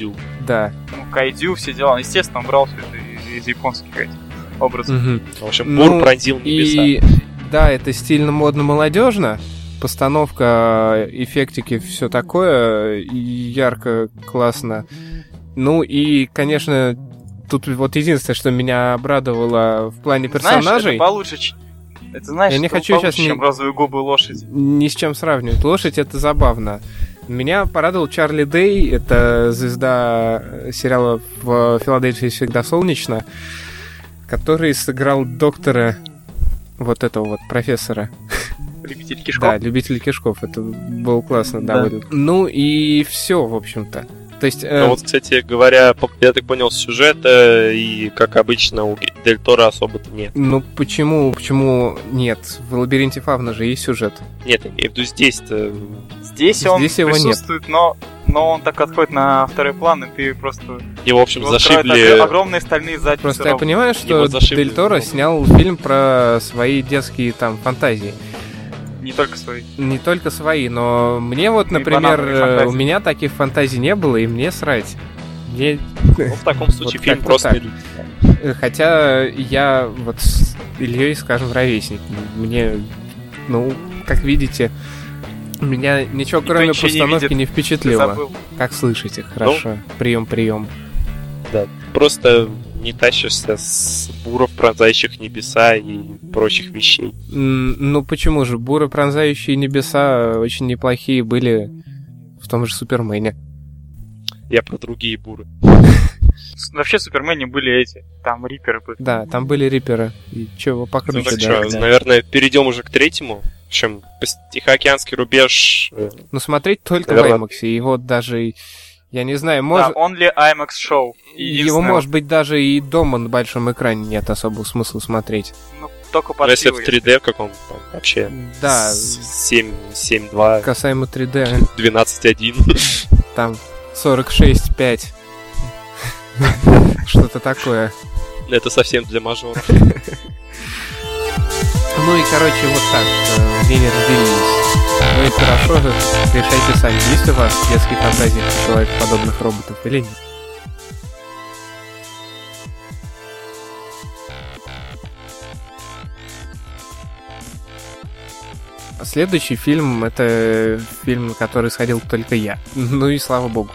Да. Ну, кайдзю, все дела. Естественно, он брал все это из японских этих образов. Мгм. В общем, Бур пронзил небеса. И да, это стильно, модно, молодежно. Постановка, эффектики, все такое. И ярко, классно. Ну и, конечно, тут вот единственное, что меня обрадовало в плане персонажей. Знаешь, это получше, Я не хочу получше, сейчас чем розовые губы лошади. ни с чем сравнивать. Лошадь — это забавно. Меня порадовал Чарли Дэй. Это звезда сериала «В Филадельфии всегда солнечно», который сыграл доктора, вот этого вот профессора. Любитель кишков. Да, любитель кишков. Это было классно Да. довольно. Ну и все, в общем-то. То есть... Ну вот, кстати говоря, я так понял, сюжета и, как обычно, у Дель Торо особо-то нет. Ну почему нет? В «Лабиринте Фавна» же есть сюжет. Нет, я имею в виду здесь-то. Здесь он Здесь его нет. присутствует, но он так отходит на второй план, и ты просто... Его, в общем, его откроют зашибли... огромные стальные задницы. Просто я понимаю, что Его зашибли. Дель Торо снял фильм про свои детские там фантазии. Не только свои. Не только свои, но мне вот, И например, банановые фантазии. у меня таких фантазий не было, и мне срать. Мне... Ну, в таком случае Вот фильм как-то просто... так. Хотя я вот с Ильей, скажем, ровесник. Мне, ну, как видите, меня ничего Никто кроме ничего не постановки видит. не Ты впечатлило. забыл. Как слышите, хорошо. Прием. Просто не тащишься с буров, пронзающих небеса и прочих вещей. Ну почему же? Буры, пронзающие небеса, очень неплохие были в том же Супермене. Я про другие буры. Вообще в Супермене были эти, там риперы были. Да, там были риперы. И чего Ну покруче, так да. что, наверное, перейдем уже к третьему. В общем, Тихоокеанский рубеж... Ну смотреть только Наверное. в IMAX, и вот даже, я не знаю, Да, может... Only IMAX Show. Его, может быть, даже и дома на большом экране нет особого смысла смотреть. Ну, только Ну, под если пиво, в 3D каком-то там вообще... Да, 7.2, касаемо 3D, 12.1. там 46.5. Что-то такое. Это совсем для мажоров. Ну и, короче, вот так. Мнения разделились. Ну и хорошо, решайте сами, есть у вас детские фантазии про человекоподобных роботов или нет. Следующий фильм — это фильм, на который сходил только я. Ну и слава богу.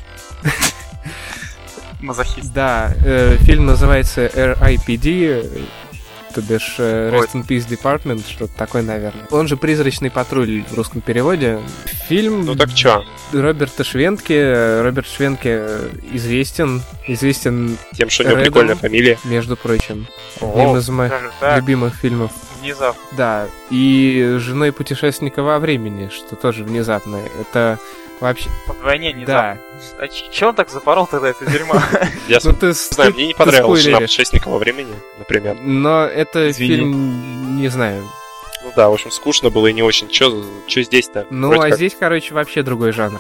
Мазохист. Да, фильм называется R.I.P.D., то бишь Rest in Peace Department, что-то такое, наверное. Он же «Призрачный патруль» в русском переводе. Фильм Ну так чё? Роберта Швентке. Роберт Швентке известен Тем, что у него Рэдом. прикольная фамилия. между прочим, одним из моих Даже так, любимых фильмов. внезапно. Да, и женой путешественника во времени, что тоже внезапно. Это вообще... Вдвойне не Да. А чё он так запорол тогда это дерьмо? Я Ну ты не знаю, мне не понравилась «Жена спойлеришь. путешественника во времени», например. Но это Извини. фильм, не знаю. Ну да, в общем, скучно было и не очень. Чё здесь-то? Ну, Вроде а как здесь, короче, вообще другой жанр.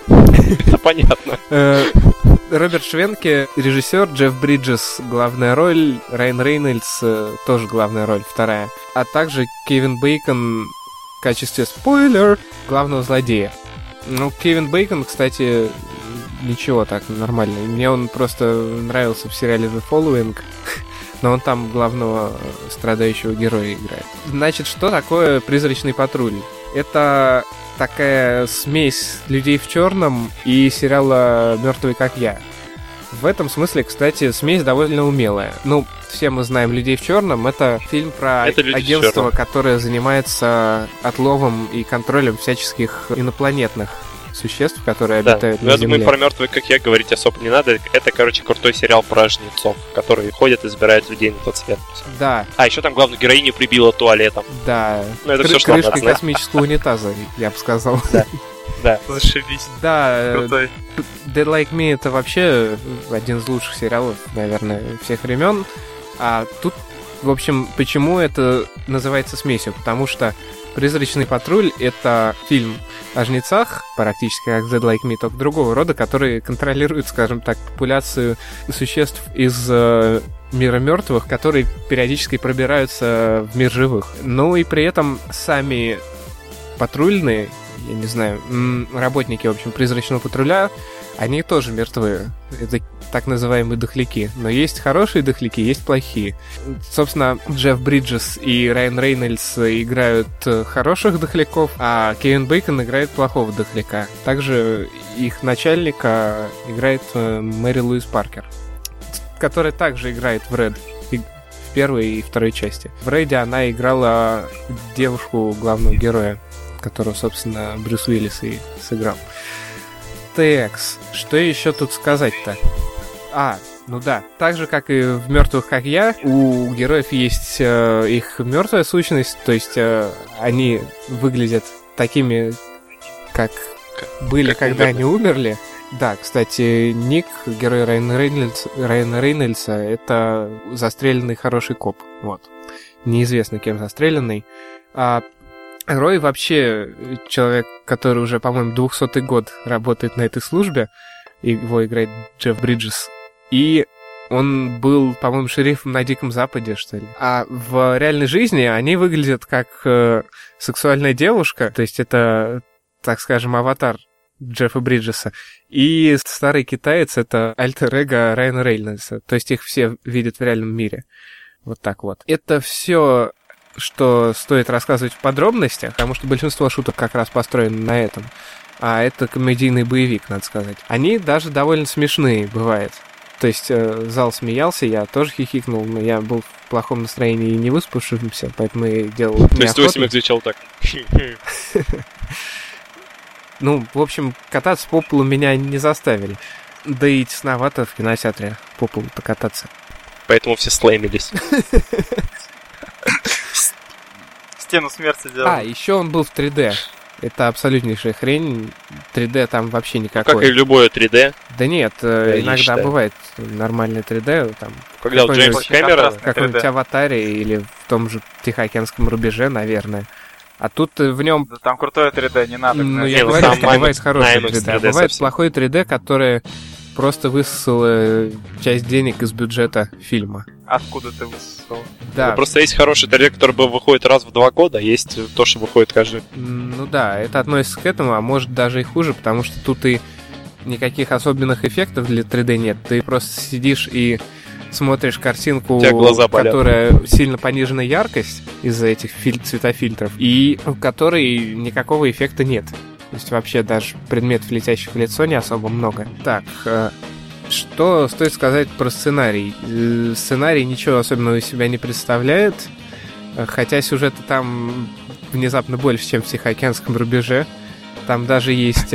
это понятно. Роберт Швентке, режиссер, Джефф Бриджес, главная роль, Райан Рейнольдс, тоже главная роль, вторая. А также Кевин Бейкон в качестве спойлер главного злодея. Ну, Кевин Бейкон, кстати, ничего так, нормально. Мне он просто нравился в сериале The Following, но он там главного страдающего героя играет. Значит, что такое «Призрачный патруль»? Это такая смесь «Людей в черном» и сериала «Мертвый как я». В этом смысле, кстати, смесь довольно умелая. Ну, все мы знаем «Людей в черном». Это фильм про Это «Люди в агентство, черном». которое занимается отловом и контролем всяческих инопланетных существ, которые Да, обитают но на я Земле. думаю, про мертвых, как я, говорить особо не надо. Это, короче, крутой сериал про жнецов, которые ходят и забирают людей на тот свет. Да, А, еще там главную героиню прибило туалетом. да. Ну, это всё, что нам Крышкой надо знать. космического унитаза, я бы сказал. Да. Зашибись. Да, Крутой. Dead Like Me — это вообще один из лучших сериалов, наверное, всех времен. А тут, в общем, почему это называется смесью? Потому что «Призрачный патруль» — это фильм о жнецах, практически как Dead Like Me, только другого рода, которые контролируют, скажем так, популяцию существ из мира мертвых, которые периодически пробираются в мир живых. Ну и при этом сами патрульные, я не знаю, работники, в общем, «Призрачного патруля» они тоже мертвы. Это так называемые дохляки. Но есть хорошие дохляки, есть плохие. Собственно, Джефф Бриджес и Райан Рейнольдс играют хороших дохляков, а Кевин Бейкон играет плохого дохляка. Также их начальника играет Мэри Луис Паркер, которая также играет в Red в первой и второй части. В Рэде она играла девушку главного героя, которого, собственно, Брюс Уиллис и сыграл. Текс. Что еще тут сказать-то? Ну да. Так же, как и в «Мертвых, как я», у героев есть их мертвая сущность, то есть они выглядят такими, как были, когда они умерли. Да, кстати, Ник, герой Райана Рейнольдса, это застреленный хороший коп. Вот. Неизвестно, кем застреленный. Рой вообще человек, который уже, по-моему, 200-й год работает на этой службе. Его играет Джефф Бриджес. И он был, по-моему, шерифом на Диком Западе, что ли. А в реальной жизни они выглядят как сексуальная девушка. То есть это, так скажем, аватар Джеффа Бриджеса. И старый китаец — это альтер-эго Райана Рейнольдса. То есть их все видят в реальном мире. Вот так вот. Это все, что стоит рассказывать в подробностях, потому что большинство шуток как раз построено на этом. А это комедийный боевик, надо сказать. Они даже довольно смешные, бывает. То есть зал смеялся, я тоже хихикнул, но я был в плохом настроении и не выспавшимся, поэтому я делал неохотно. То есть твой смех звучал так. Ну, в общем, кататься по полу меня не заставили. Да и тесновато в кинотеатре по полу-то кататься. Поэтому все слэмились. Стену смерти делал. Еще он был в 3D. Это абсолютнейшая хрень. 3D там вообще никакой. Как и любое 3D. Да нет, иногда бывает нормальное 3D. Там, когда у Джеймса Кэмерона в каком-нибудь «Аватаре» или в том же «Тихоокеанском рубеже», наверное. А тут в нем... Да там крутое 3D, не надо. Ну, я говорю, что бывает хорошее 3D, а бывает плохое 3D, которое просто высосало часть денег из бюджета фильма. Откуда ты высосал? Да. Ну, просто есть хороший 3D, который выходит раз в 2 года, а есть то, что выходит каждый. Ну да, это относится к этому, а может даже и хуже, потому что тут и никаких особенных эффектов для 3D нет. Ты просто сидишь и смотришь картинку, которая сильно понижена яркость из-за этих цветофильтров, и у которой никакого эффекта нет. То есть вообще даже предметов, летящих в лицо, не особо много. Так, что стоит сказать про сценарий? Сценарий ничего особенного из себя не представляет, хотя сюжета там внезапно больше, чем в «Тихоокеанском рубеже». Там даже есть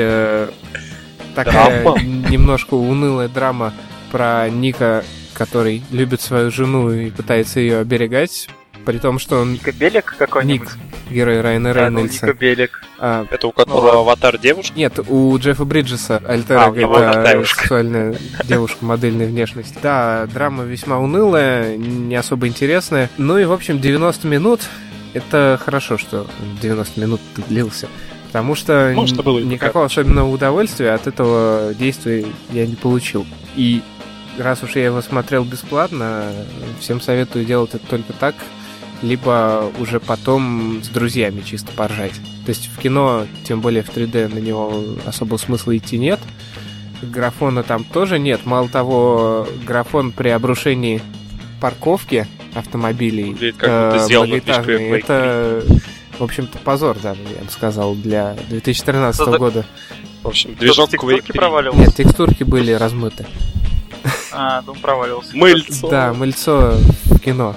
такая немножко унылая драма про Ника, который любит свою жену и пытается ее оберегать, при том, что он... Ника Белик какой-нибудь? Ник, герой Райана Рейнольдса. Ника Белик. Это у которого аватар девушка? Нет, у Джеффа Бриджеса альтер-эго это сексуальная девушка модельной внешности. Да, драма весьма унылая, не особо интересная. Ну и, в общем, 90 минут. Это хорошо, что 90 минут длился. Потому что никакого особенного удовольствия от этого действия я не получил. И раз уж я его смотрел бесплатно, всем советую делать это только так, либо уже потом с друзьями чисто поржать. То есть в кино, тем более в 3D, на него особого смысла идти нет. Графона там тоже нет. Мало того, графон при обрушении парковки автомобилей многоэтажной, это, в общем-то, позор даже, я бы сказал, для 2013 года. В общем, движок текстурки проваливался? Нет, текстурки были размыты. Дом провалился. Мыльцо. Да, мыльцо в кино.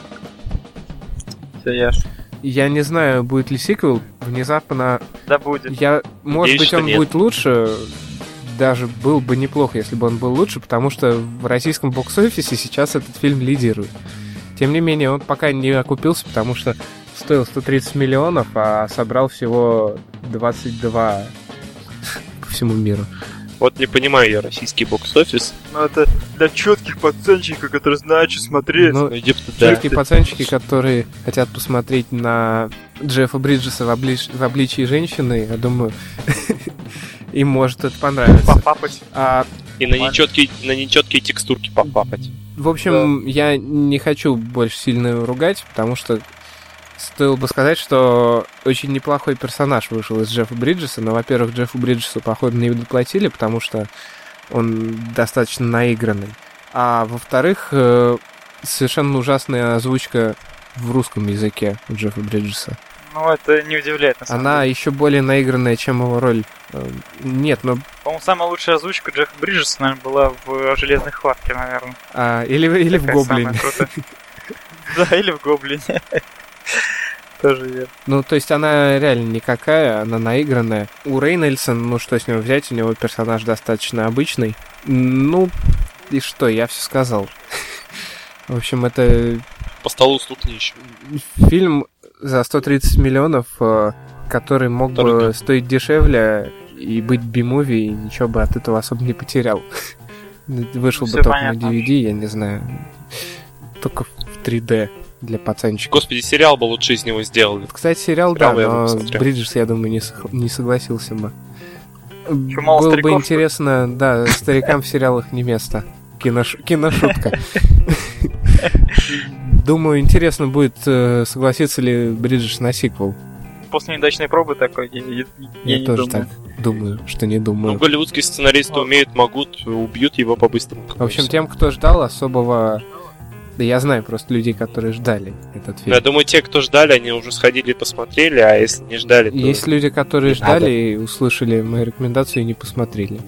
Все ясно. Я не знаю, будет ли сиквел. Внезапно... Да, будет. Может быть, он будет лучше. Даже был бы неплохо, если бы он был лучше, потому что в российском бокс-офисе сейчас этот фильм лидирует. Тем не менее, он пока не окупился, потому что стоил 130 миллионов, а собрал всего 22 по всему миру. Вот не понимаю я российский бокс-офис. Ну, это для четких пацанчиков, которые знают, что смотреть. Ну, четкие пацанчики, которые хотят посмотреть на Джеффа Бриджеса в обличии женщины, я думаю, им может это понравиться. Попапать. И на нечеткие текстурки попапать. В общем, я не хочу больше сильно ругать, потому что стоило бы сказать, что очень неплохой персонаж вышел из Джеффа Бриджеса, но, во-первых, Джеффу Бриджесу, походу, не доплатили, потому что он достаточно наигранный. А во-вторых, совершенно ужасная озвучка в русском языке у Джеффа Бриджеса. Ну, это не удивляет, на самом деле. Она еще более наигранная, чем его роль. Нет, но... По-моему, самая лучшая озвучка Джеффа Бриджеса, наверное, была в «Железной хватке», наверное. Или в «Гоблине». Да, или в «Гоблине». Тоже верно. Ну, то есть она реально никакая, она наигранная. У Рейнольдса, ну что с него взять, у него персонаж достаточно обычный. Ну, и что, я все сказал. В общем, это... По столу стукни еще. Фильм за 130 миллионов, который мог бы стоить дешевле и быть би-муви, и ничего бы от этого особо не потерял. Вышел бы только на DVD, я не знаю. Только в 3D для пацанчиков. Господи, сериал бы лучше из него сделали. Кстати, сериал, да, но Бриджес, я думаю, не согласился бы. Было бы интересно, да, старикам в сериалах не место. Киношутка. Думаю, интересно будет, согласится ли Бриджес на сиквел. После неудачной пробы такой, я не тоже думаю. так думаю, что не думаю. Ну, голливудские сценаристы умеют, могут, убьют его по-быстрому. В общем, тем, кто ждал особого... Да я знаю просто людей, которые ждали этот фильм. Я думаю, те, кто ждали, они уже сходили и посмотрели, а если не ждали, то... Есть люди, которые ждали и услышали мою рекомендацию и не посмотрели.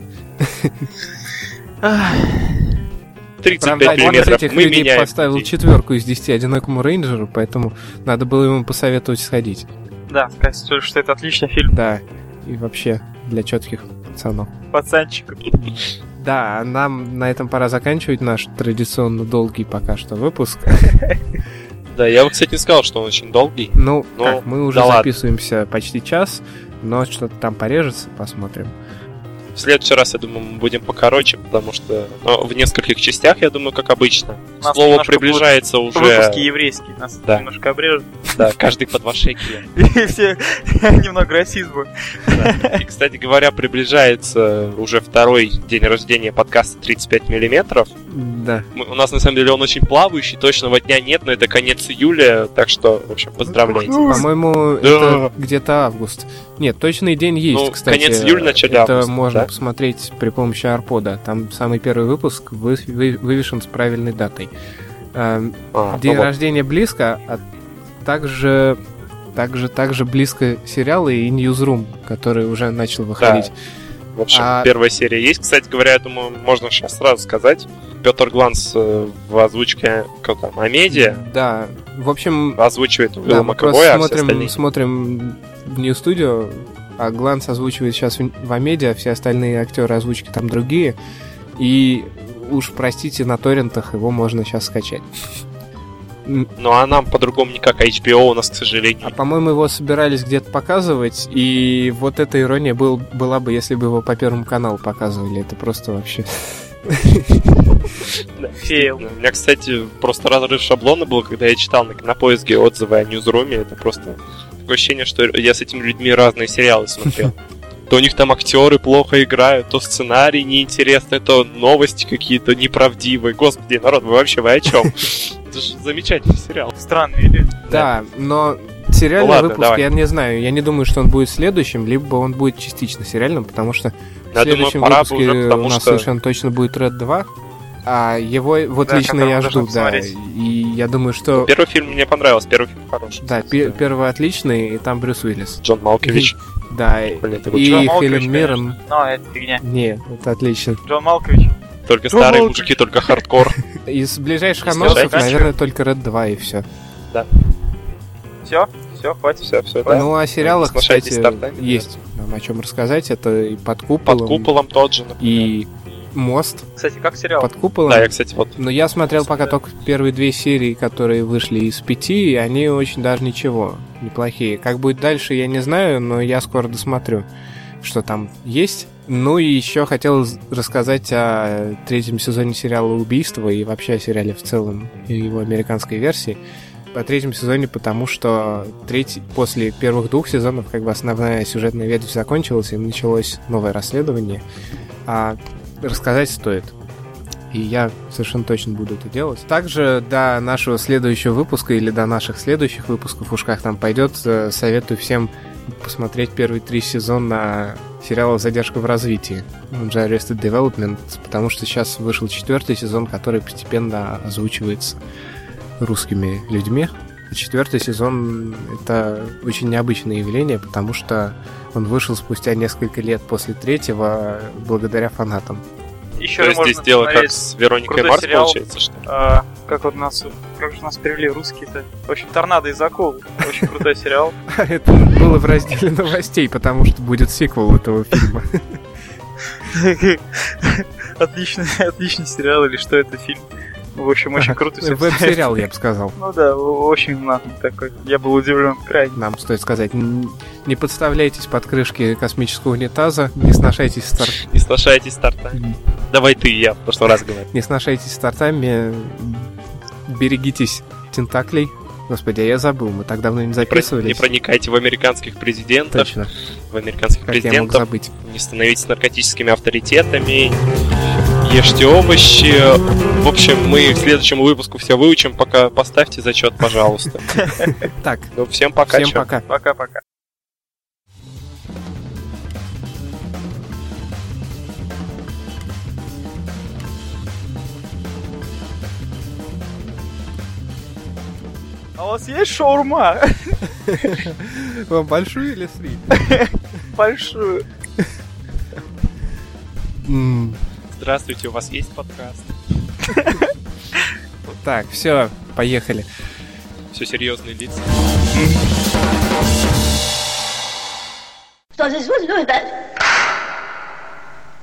35 Правда, один из миллиметров. этих Мы людей меняем. поставил 4 из 10 одинокому рейнджеру, поэтому надо было ему посоветовать сходить. Да, сказать, что это отличный фильм. Да, и вообще для четких пацанов. Пацанчиков. Да, нам на этом пора заканчивать наш традиционно долгий пока что выпуск. Да, я бы, кстати, не сказал, что он очень долгий. Ну, Но как, мы уже да записываемся почти час, но что-то там порежется, посмотрим. В следующий раз, я думаю, мы будем покороче, потому что в нескольких частях, я думаю, как обычно. Слово приближается уже... Выпуски еврейские нас немножко обрежут. Да, каждый по 2 шекеля. И все немного расизма. И, кстати говоря, приближается уже второй день рождения подкаста 35 миллиметров. Да. У нас, на самом деле, он очень плавающий, точного дня нет, но это конец июля, так что, в общем, поздравляйте. По-моему, это где-то август. Нет, точный день есть, ну, кстати. Конец июля, начале августа. августа, можно да? посмотреть при помощи Арпода. Там самый первый выпуск вывешен с правильной датой. День рождения близко, а также близко сериалы и Newsroom, который уже начал выходить. Да. В общем, первая серия есть. Кстати говоря, я думаю, можно сейчас сразу сказать. Петр Гланс в озвучке Амедиа. Да, в общем... Озвучивает Уилла мы Маковоя, просто а все остальные... смотрим в New Studio, а Гланс озвучивает сейчас в Амедиа, все остальные актеры озвучки там другие. И уж простите, на торрентах его можно сейчас скачать. Ну а нам по-другому никак, HBO у нас, к сожалению. А по-моему, его собирались где-то показывать, и вот эта ирония была бы, если бы его по Первому каналу показывали. Это просто вообще... Фейл. У меня, кстати, просто разрыв шаблона был, когда я читал на Кинопоиске отзывы о Ньюзруме. Это просто такое ощущение, что я с этими людьми разные сериалы смотрел. То у них там актеры плохо играют, то сценарий неинтересный, то новости какие-то неправдивые. Господи, народ, вы о чем? Это же замечательный сериал. Странный или? Да, но сериальный выпуск, я не знаю, я не думаю, что он будет следующим, либо он будет частично сериальным, потому что в следующем выпуске у нас совершенно точно будет Red 2, а его вот лично я жду, да, и я думаю, что... Первый фильм мне понравился, первый фильм хороший. Да, первый отличный, и там Брюс Уиллис. Джон Малкович. Да, и Хелен Миррен. Ну, это фигня. Не, это отлично. Джон Малкович. Только старые мужики, только хардкор. Из ближайших анонсов, наверное, только Red 2 и все. Да. Все, хватит. Все, Ну, о сериалах, кстати, есть нам о чем рассказать. Это и «Под куполом». «Под куполом» тот же, например. И «Мост». Кстати, как сериал? «Под куполом». Да, я, кстати, вот... Но я смотрел пока только первые 2 серии, которые вышли из 5, и они очень даже ничего, неплохие. Как будет дальше, я не знаю, но я скоро досмотрю, что там есть. Ну и еще хотел рассказать о 3-м сезоне сериала «Убийство» и вообще о сериале в целом, и его американской версии. По 3-м сезоне, потому что после первых 2 сезонов как бы основная сюжетная ветвь закончилась, и началось новое расследование. А рассказать стоит. И я совершенно точно буду это делать. Также до нашего следующего выпуска или до наших следующих выпусков, уж как там пойдет, советую всем посмотреть первые 3 сезона сериала «Задержка в развитии», он же Arrested Development, потому что сейчас вышел 4-й сезон, который постепенно озвучивается русскими людьми. 4-й сезон — это очень необычное явление, потому что он вышел спустя несколько лет после 3-го благодаря фанатам. Еще То есть здесь дело как с Вероникой Марс сериал, получается, что ли? как же нас перевели русские-то? В общем, «Торнадо из акул». Очень крутой сериал. Это было в разделе новостей, потому что будет сиквел этого фильма. Отличный сериал, или что это, фильм? В общем, очень круто все. Веб-сериал, я бы сказал. Ну да, очень знатный такой. Я был удивлен крайне. Нам стоит сказать, не подставляйтесь под крышки космического унитаза, не сношайтесь с Не сношайтесь с тортами. Давай ты и я в прошлый раз говорил. Не сношайтесь с тортами, берегитесь тентаклей. Господи, я забыл, мы так давно не записывались. Не проникайте в американских президентов. Точно. В американских Как я мог президентов. забыть? Не становитесь наркотическими авторитетами. Ешьте овощи. В общем, мы в следующем выпуску все выучим. Пока поставьте зачет, пожалуйста. Так, Ну, всем пока. всем чё. пока. Пока-пока. А у вас есть шаурма? Вам большую или сри? Большую. Здравствуйте, у вас есть подкаст? Так, все, поехали. Все серьезные лица. Что здесь вот это?